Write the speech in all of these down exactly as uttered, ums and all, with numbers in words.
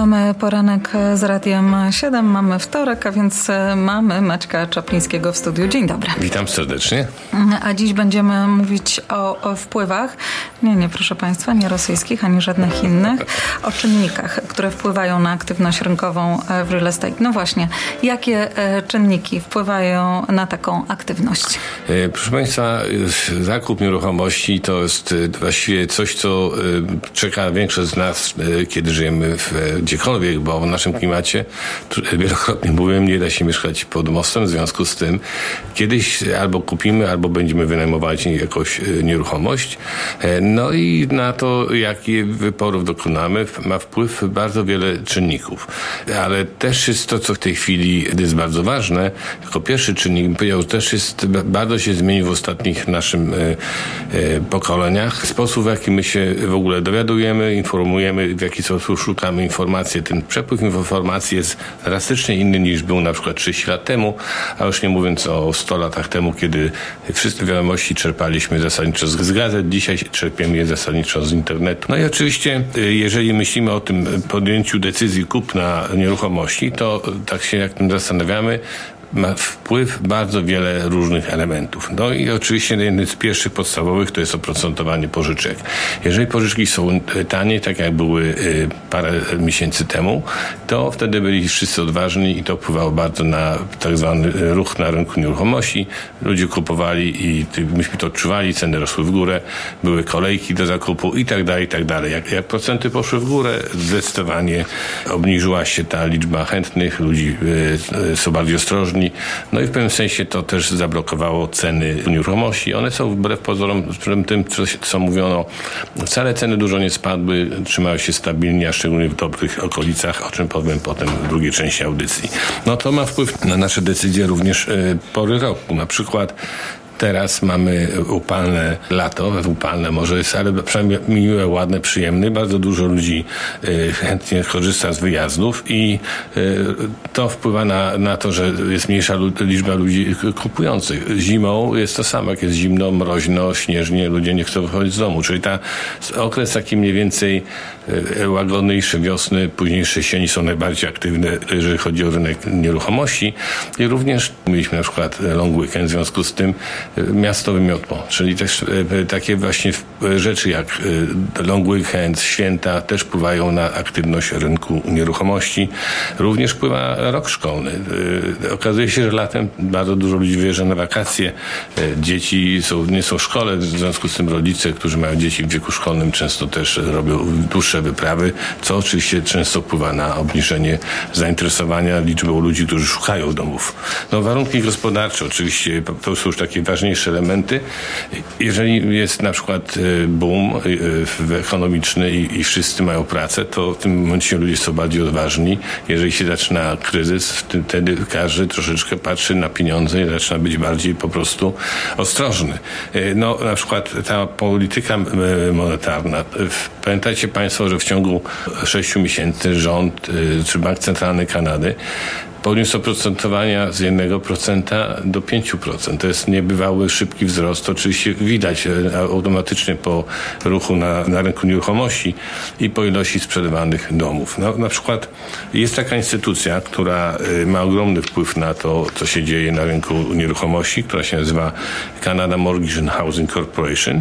Mamy poranek z Radiem siedem, mamy wtorek, a więc mamy Maćka Czaplińskiego w studiu. Dzień dobry. Witam serdecznie. A dziś będziemy mówić o, o wpływach, nie, nie proszę Państwa, nie rosyjskich, ani żadnych innych, o czynnikach, które wpływają na aktywność rynkową w real estate. No właśnie, jakie czynniki wpływają na taką aktywność? Proszę Państwa, zakup nieruchomości to jest właściwie coś, co czeka większość z nas, kiedy żyjemy w, gdziekolwiek, bo w naszym klimacie, wielokrotnie mówiłem, nie da się mieszkać pod mostem, w związku z tym kiedyś albo kupimy, albo będziemy wynajmować jakąś nieruchomość. No i na to, jakich wyborów dokonamy, ma wpływ bardzo wiele czynników. Ale też jest to, co w tej chwili jest bardzo ważne, jako pierwszy czynnik, bym powiedział, też jest, bardzo się zmienił w ostatnich naszym pokoleniach. Sposób, w jaki my się w ogóle dowiadujemy, informujemy, w jaki sposób szukamy informacji. Ten przepływ informacji jest drastycznie inny niż był na przykład trzydzieści lat temu, a już nie mówiąc o stu latach temu, kiedy wszystkie wiadomości czerpaliśmy zasadniczo z gazet. Dzisiaj czerpiemy je zasadniczo z internetu. No i oczywiście, jeżeli myślimy o tym podjęciu decyzji kupna nieruchomości, to tak się jak tym zastanawiamy, ma wpływ bardzo wiele różnych elementów. No i oczywiście jeden z pierwszych podstawowych to jest oprocentowanie pożyczek. Jeżeli pożyczki są tanie, tak jak były parę miesięcy temu, to wtedy byli wszyscy odważni i to wpływało bardzo na tak zwany ruch na rynku nieruchomości. Ludzie kupowali i myśmy to odczuwali, ceny rosły w górę, były kolejki do zakupu i tak dalej, i tak dalej. Jak, jak procenty poszły w górę, zdecydowanie obniżyła się ta liczba chętnych, ludzi y, są bardziej ostrożni. No i w pewnym sensie to też zablokowało ceny nieruchomości. One są wbrew pozorom, tym, co, co mówiono, wcale ceny dużo nie spadły, trzymały się stabilnie, a szczególnie w dobrych okolicach, o czym powiem potem w drugiej części audycji. No to ma wpływ na nasze decyzje również y, pory roku. Na przykład teraz mamy upalne lato, upalne może jest, ale przynajmniej miłe, ładne, przyjemne. Bardzo dużo ludzi y, chętnie korzysta z wyjazdów i y, to wpływa na, na to, że jest mniejsza liczba ludzi kupujących. Zimą jest to samo, jak jest zimno, mroźno, śnieżnie, ludzie nie chcą wychodzić z domu. Czyli ta okres taki mniej więcej y, łagodniejszy wiosny, późniejsze jesieni są najbardziej aktywne, jeżeli chodzi o rynek nieruchomości. I również mieliśmy na przykład long weekend, w związku z tym miasto wymiotło, czyli też e, takie właśnie rzeczy jak e, long weekend, święta też wpływają na aktywność rynku nieruchomości. Również wpływa rok szkolny. E, okazuje się, że latem bardzo dużo ludzi wyjeżdża na wakacje. E, dzieci są, nie są w szkole, w związku z tym rodzice, którzy mają dzieci w wieku szkolnym, często też robią dłuższe wyprawy, co oczywiście często wpływa na obniżenie zainteresowania liczbą ludzi, którzy szukają domów. No warunki gospodarcze oczywiście to są już takie ważniejsze elementy. Jeżeli jest na przykład boom ekonomiczny i, i wszyscy mają pracę, to w tym momencie ludzie są bardziej odważni. Jeżeli się zaczyna kryzys, wtedy każdy troszeczkę patrzy na pieniądze i zaczyna być bardziej po prostu ostrożny. No na przykład ta polityka monetarna. Pamiętajcie Państwo, że w ciągu sześciu miesięcy rząd czy Bank Centralny Kanady podniósł oprocentowania z jednego procenta do pięciu procent. To jest niebywały, szybki wzrost. Oczywiście widać automatycznie po ruchu na, na rynku nieruchomości i po ilości sprzedawanych domów. No, na przykład jest taka instytucja, która ma ogromny wpływ na to, co się dzieje na rynku nieruchomości, która się nazywa Canada Mortgage and Housing Corporation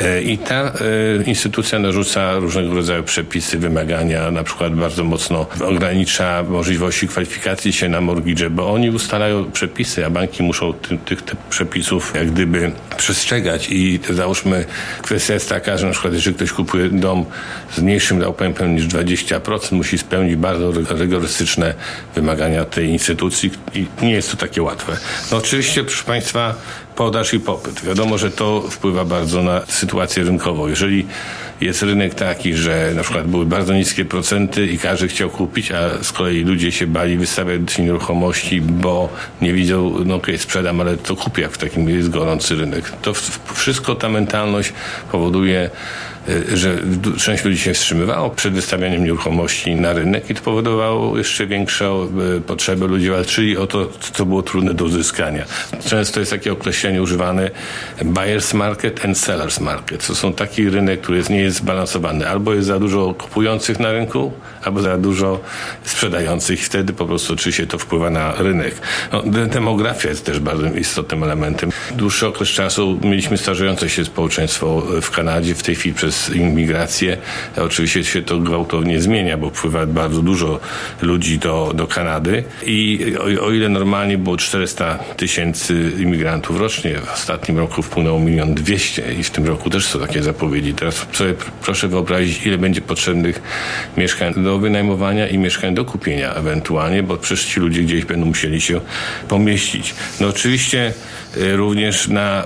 i ta instytucja narzuca różnego rodzaju przepisy, wymagania, na przykład bardzo mocno ogranicza możliwości kwalifikacji się na mortgage, bo oni ustalają przepisy, a banki muszą tych, tych, tych przepisów jak gdyby przestrzegać i załóżmy kwestia jest taka, że na przykład jeżeli ktoś kupuje dom z mniejszym dałpępem niż dwadzieścia procent, musi spełnić bardzo rygorystyczne wymagania tej instytucji i nie jest to takie łatwe. No oczywiście, proszę Państwa, podaż i popyt. Wiadomo, że to wpływa bardzo na sytuację rynkową. Jeżeli jest rynek taki, że na przykład były bardzo niskie procenty i każdy chciał kupić, a z kolei ludzie się bali wystawiać nieruchomości, bo nie widzą, no okej, okay, sprzedam, ale to kupię, jak w takim jest gorący rynek. To wszystko, ta mentalność powoduje że część ludzi się wstrzymywało przed wystawianiem nieruchomości na rynek i to powodowało jeszcze większą potrzebę. Ludzie walczyli o to, co było trudne do uzyskania. Często jest takie określenie używane buyer's market and seller's market. To są taki rynek, który jest, nie jest zbalansowany. Albo jest za dużo kupujących na rynku, albo za dużo sprzedających. Wtedy po prostu oczywiście to wpływa na rynek. No, demografia jest też bardzo istotnym elementem. Dłuższy okres czasu mieliśmy starzejące się społeczeństwo w Kanadzie. W tej chwili przez imigrację oczywiście się to gwałtownie zmienia, bo wpływa bardzo dużo ludzi do, do Kanady i o, o ile normalnie było czterysta tysięcy imigrantów rocznie, w ostatnim roku wpłynęło milion dwieście i w tym roku też są takie zapowiedzi. Teraz sobie proszę wyobrazić, ile będzie potrzebnych mieszkań do wynajmowania i mieszkań do kupienia ewentualnie, bo przecież ci ludzie gdzieś będą musieli się pomieścić. No oczywiście również na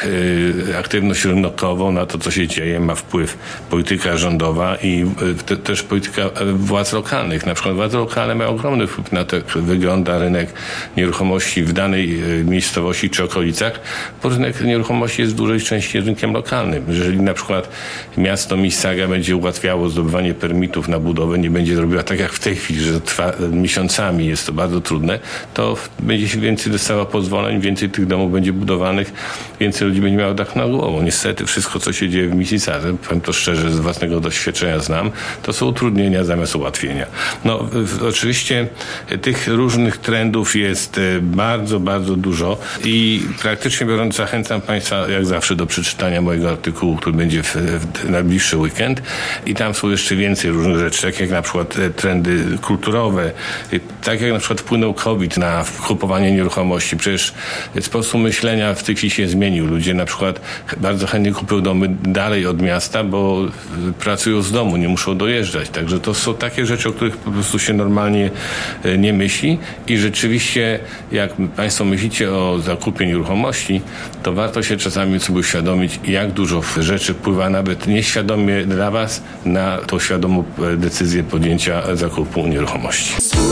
y, aktywność rynkową, na to, co się dzieje, ma wpływ polityka rządowa i y, te, też polityka władz lokalnych. Na przykład władze lokalne mają ogromny wpływ na to, jak wygląda rynek nieruchomości w danej y, miejscowości czy okolicach, bo rynek nieruchomości jest w dużej części rynkiem lokalnym. Jeżeli na przykład miasto Mississauga będzie ułatwiało zdobywanie permitów na budowę, nie będzie robiła tak jak w tej chwili, że trwa miesiącami, jest to bardzo trudne, to będzie się więcej dostało pozwoleń, więcej tych domów będzie budowanych, więcej ludzi będzie miało dach nad głową. Niestety wszystko, co się dzieje w Mississadze, powiem to szczerze, z własnego doświadczenia znam, to są utrudnienia zamiast ułatwienia. No w, oczywiście tych różnych trendów jest bardzo, bardzo dużo i praktycznie biorąc zachęcam Państwa jak zawsze do przeczytania mojego artykułu, który będzie w, w najbliższy weekend i tam są jeszcze więcej różnych rzeczy, tak jak na przykład trendy kulturowe, tak jak na przykład wpłynął COVID na kupowanie nieruchomości. Przecież sposób myślenia w tej chwili się zmienił. Ludzie na przykład bardzo chętnie kupują domy dalej od miasta, bo pracują z domu, nie muszą dojeżdżać. Także to są takie rzeczy, o których po prostu się normalnie nie myśli i rzeczywiście jak Państwo myślicie o zakupie nieruchomości, to warto się czasami sobie uświadomić, jak dużo rzeczy wpływa nawet nieświadomie dla Was na tą świadomą decyzję podjęcia zakupu nieruchomości.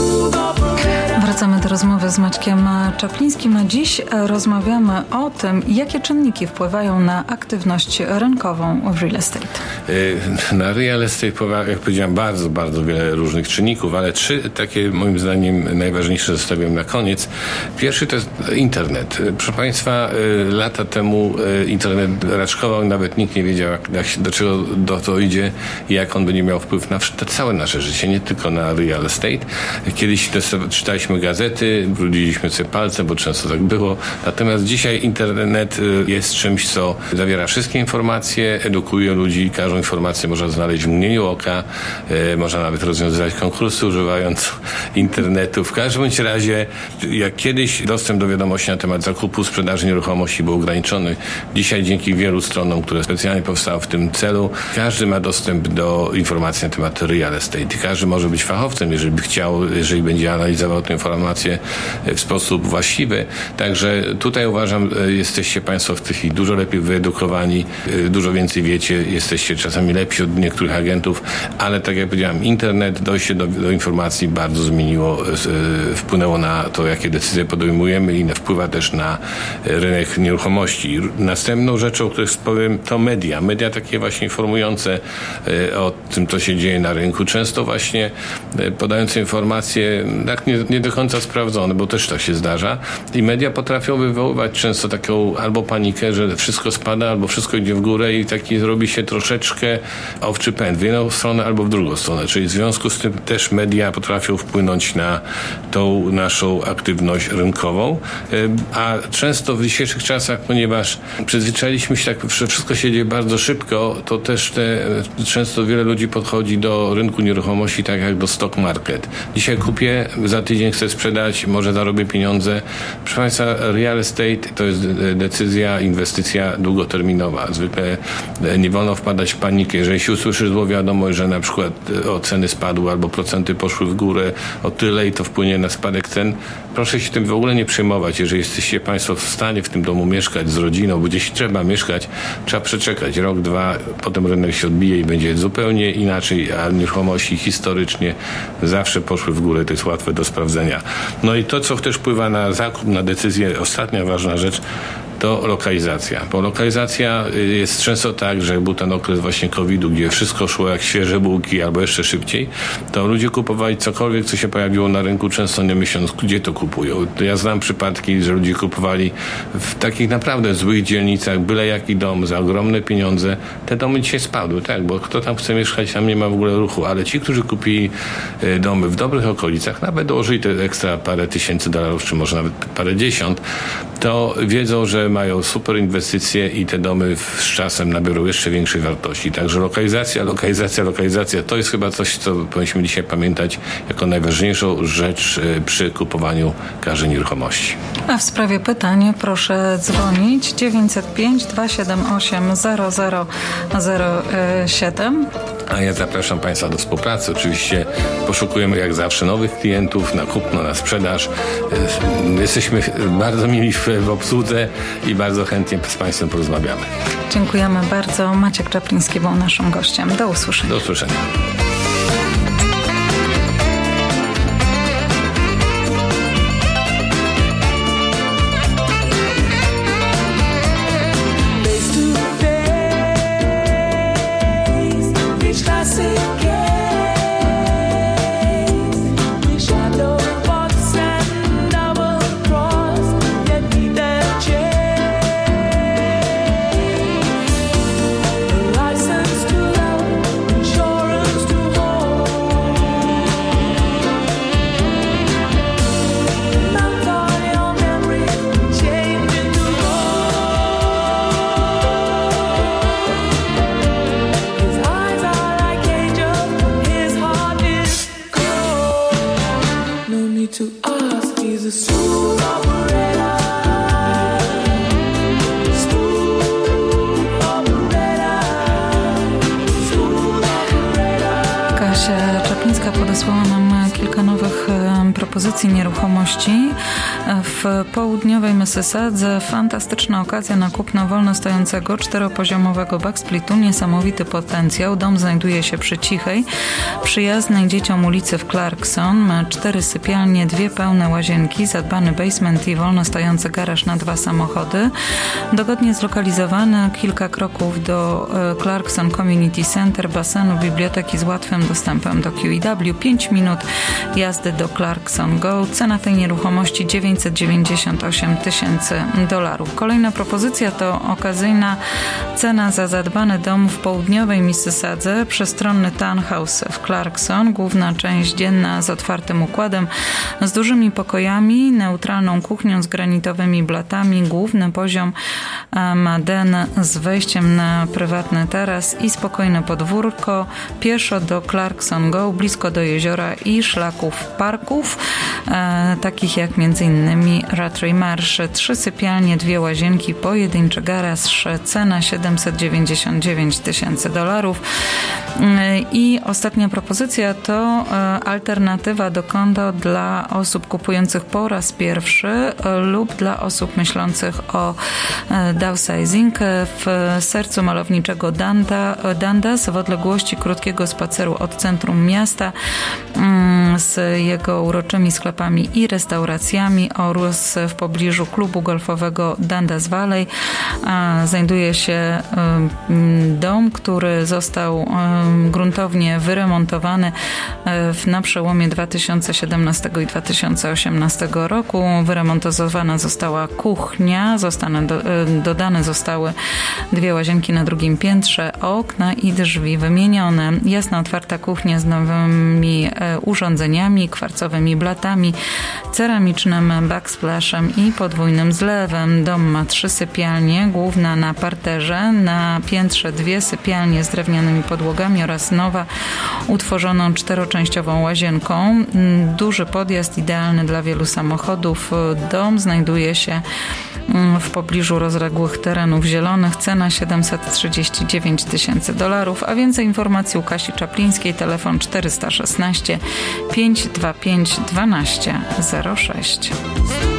Wracamy do rozmowy z Maćkiem Czaplińskim, a dziś rozmawiamy o tym, jakie czynniki wpływają na aktywność rynkową w real estate. Na real estate wpływa, jak powiedziałem, bardzo, bardzo wiele różnych czynników, ale trzy takie moim zdaniem najważniejsze zostawiam na koniec. Pierwszy to jest internet. Proszę Państwa, lata temu internet raczkował, nawet nikt nie wiedział, jak, do czego do to idzie i jak on będzie miał wpływ na całe nasze życie, nie tylko na real estate. Kiedyś czytaliśmy gazety, brudziliśmy sobie palce, bo często tak było. Natomiast dzisiaj internet jest czymś, co zawiera wszystkie informacje, edukuje ludzi, każdą informację można znaleźć w mgnieniu oka, e, można nawet rozwiązywać konkursy używając internetu. W każdym bądź razie, jak kiedyś dostęp do wiadomości na temat zakupu, sprzedaży nieruchomości był ograniczony, dzisiaj dzięki wielu stronom, które specjalnie powstały w tym celu, każdy ma dostęp do informacji na temat real estate. Każdy może być fachowcem, jeżeli by chciał, jeżeli będzie analizował tę informację w sposób właściwy. Także tutaj uważam, jesteście Państwo w tej chwili dużo lepiej wyedukowani, dużo więcej wiecie, jesteście czasami lepsi od niektórych agentów, ale tak jak powiedziałem, internet, dojście do, do informacji bardzo zmieniło, wpłynęło na to, jakie decyzje podejmujemy i wpływa też na rynek nieruchomości. Następną rzeczą, o której powiem, to media. Media takie właśnie informujące o tym, co się dzieje na rynku. Często właśnie podające informacje tak nie, nie do końca sprawdzone, bo też tak się zdarza. I media potrafią wywoływać często taką albo panikę, że wszystko spada, albo wszystko idzie w górę i taki robi się troszeczkę owczy pęd w jedną stronę albo w drugą stronę. Czyli w związku z tym też media potrafią wpłynąć na tą naszą aktywność rynkową. A często w dzisiejszych czasach, ponieważ przyzwyczailiśmy się tak, że wszystko się dzieje bardzo szybko, to też te, często wiele ludzi podchodzi do rynku nieruchomości tak jak do stock market. Dzisiaj kupię, za tydzień chcę sprzedać, może zarobię pieniądze. Proszę Państwa, real estate to jest decyzja, inwestycja długoterminowa. Zwykle nie wolno wpadać w panikę. Jeżeli się usłyszy złą wiadomość, że na przykład o ceny spadły albo procenty poszły w górę o tyle i to wpłynie na spadek cen, proszę się tym w ogóle nie przejmować. Jeżeli jesteście Państwo w stanie w tym domu mieszkać z rodziną, bo gdzieś trzeba mieszkać, trzeba przeczekać rok, dwa, potem rynek się odbije i będzie zupełnie inaczej, a nieruchomości historycznie zawsze poszły w górę. To jest łatwe do sprawdzenia. No i to, co też wpływa na zakup, na decyzję, ostatnia ważna rzecz, to lokalizacja. Bo lokalizacja jest często tak, że był ten okres właśnie kowida, gdzie wszystko szło jak świeże bułki albo jeszcze szybciej, to ludzie kupowali cokolwiek, co się pojawiło na rynku, często nie myśląc, gdzie to kupują. Ja znam przypadki, że ludzie kupowali w takich naprawdę złych dzielnicach byle jaki dom za ogromne pieniądze. Te domy dzisiaj spadły, tak, bo kto tam chce mieszkać, tam nie ma w ogóle ruchu, ale ci, którzy kupili domy w dobrych okolicach, nawet dołożyli te ekstra parę tysięcy dolarów, czy może nawet parę dziesiąt, to wiedzą, że mają super inwestycje i te domy z czasem nabiorą jeszcze większej wartości. Także lokalizacja, lokalizacja, lokalizacja to jest chyba coś, co powinniśmy dzisiaj pamiętać jako najważniejszą rzecz przy kupowaniu każdej nieruchomości. A w sprawie pytań proszę dzwonić dziewięćset pięć dwieście siedemdziesiąt osiem zero zero zero siedem. A ja zapraszam Państwa do współpracy. Oczywiście poszukujemy jak zawsze nowych klientów na kupno, na sprzedaż. Jesteśmy bardzo mili w obsłudze i bardzo chętnie z Państwem porozmawiamy. Dziękujemy bardzo. Maciek Czapliński był naszym gościem. Do usłyszenia. Do usłyszenia. To us, he's a smooth operator. Smooth operator. Smooth operator. Kasia Czaplińska podesłała nam kilka nowych propozycji nieruchomości. W południowej Mississadze fantastyczna okazja na kupno wolno stojącego czteropoziomowego backsplitu. Niesamowity potencjał. Dom znajduje się przy cichej, przyjaznej dzieciom ulicy w Clarkson. Ma cztery sypialnie, dwie pełne łazienki, zadbany basement i wolno stojący garaż na dwa samochody. Dogodnie zlokalizowany, kilka kroków do Clarkson Community Center, basenu, biblioteki z łatwym dostępem do Q E W. pięć minut jazdy do Clarkson Go. Cena tej nieruchomości dziewięćset dziewięćdziesiąt osiem tysięcy dolarów. Kolejna propozycja to okazyjna cena za zadbany dom w południowej Mississadze. Przestronny townhouse w Clarkson. Główna część dzienna z otwartym układem, z dużymi pokojami, neutralną kuchnią z granitowymi blatami. Główny poziom ma den z wejściem na prywatny taras i spokojne podwórko. Pieszo do Clarkson Go, blisko do jeziora i szlaków parków, e, takich jak m.in. Rattray Marsh. Trzy sypialnie, dwie łazienki, pojedynczy garaż, cena siedemset dziewięćdziesiąt dziewięć tysięcy dolarów. E, I ostatnia propozycja to e, alternatywa do kondo dla osób kupujących po raz pierwszy e, lub dla osób myślących o e, downsizing w sercu malowniczego Danda, Dundas, w odległości krótkiego spaceru od centrum miasta, z jego uroczymi sklepami i restauracjami oraz w pobliżu klubu golfowego Dundas Valley znajduje się dom, który został gruntownie wyremontowany na przełomie dwa tysiące siedemnastego i dwa tysiące osiemnastego roku. Wyremontowana została kuchnia, zostaną do, dodane zostały dwie łazienki na drugim piętrze, okna i drzwi wymienione. Jasna, otwarta kuchnia z nowymi urządzeniami, kwarcowymi blatami, ceramicznym backsplashem i podwójnym zlewem. Dom ma trzy sypialnie, główna na parterze, na piętrze dwie sypialnie z drewnianymi podłogami oraz nowa utworzoną czteroczęściową łazienką. Duży podjazd idealny dla wielu samochodów. Dom znajduje się w pobliżu rozległych terenów zielonych. Cena siedemset trzydzieści dziewięć tysięcy dolarów, a więcej informacji u Kasi Czaplińskiej, telefon czterysta szesnaście pięćset dwadzieścia pięć dwanaście zero sześć.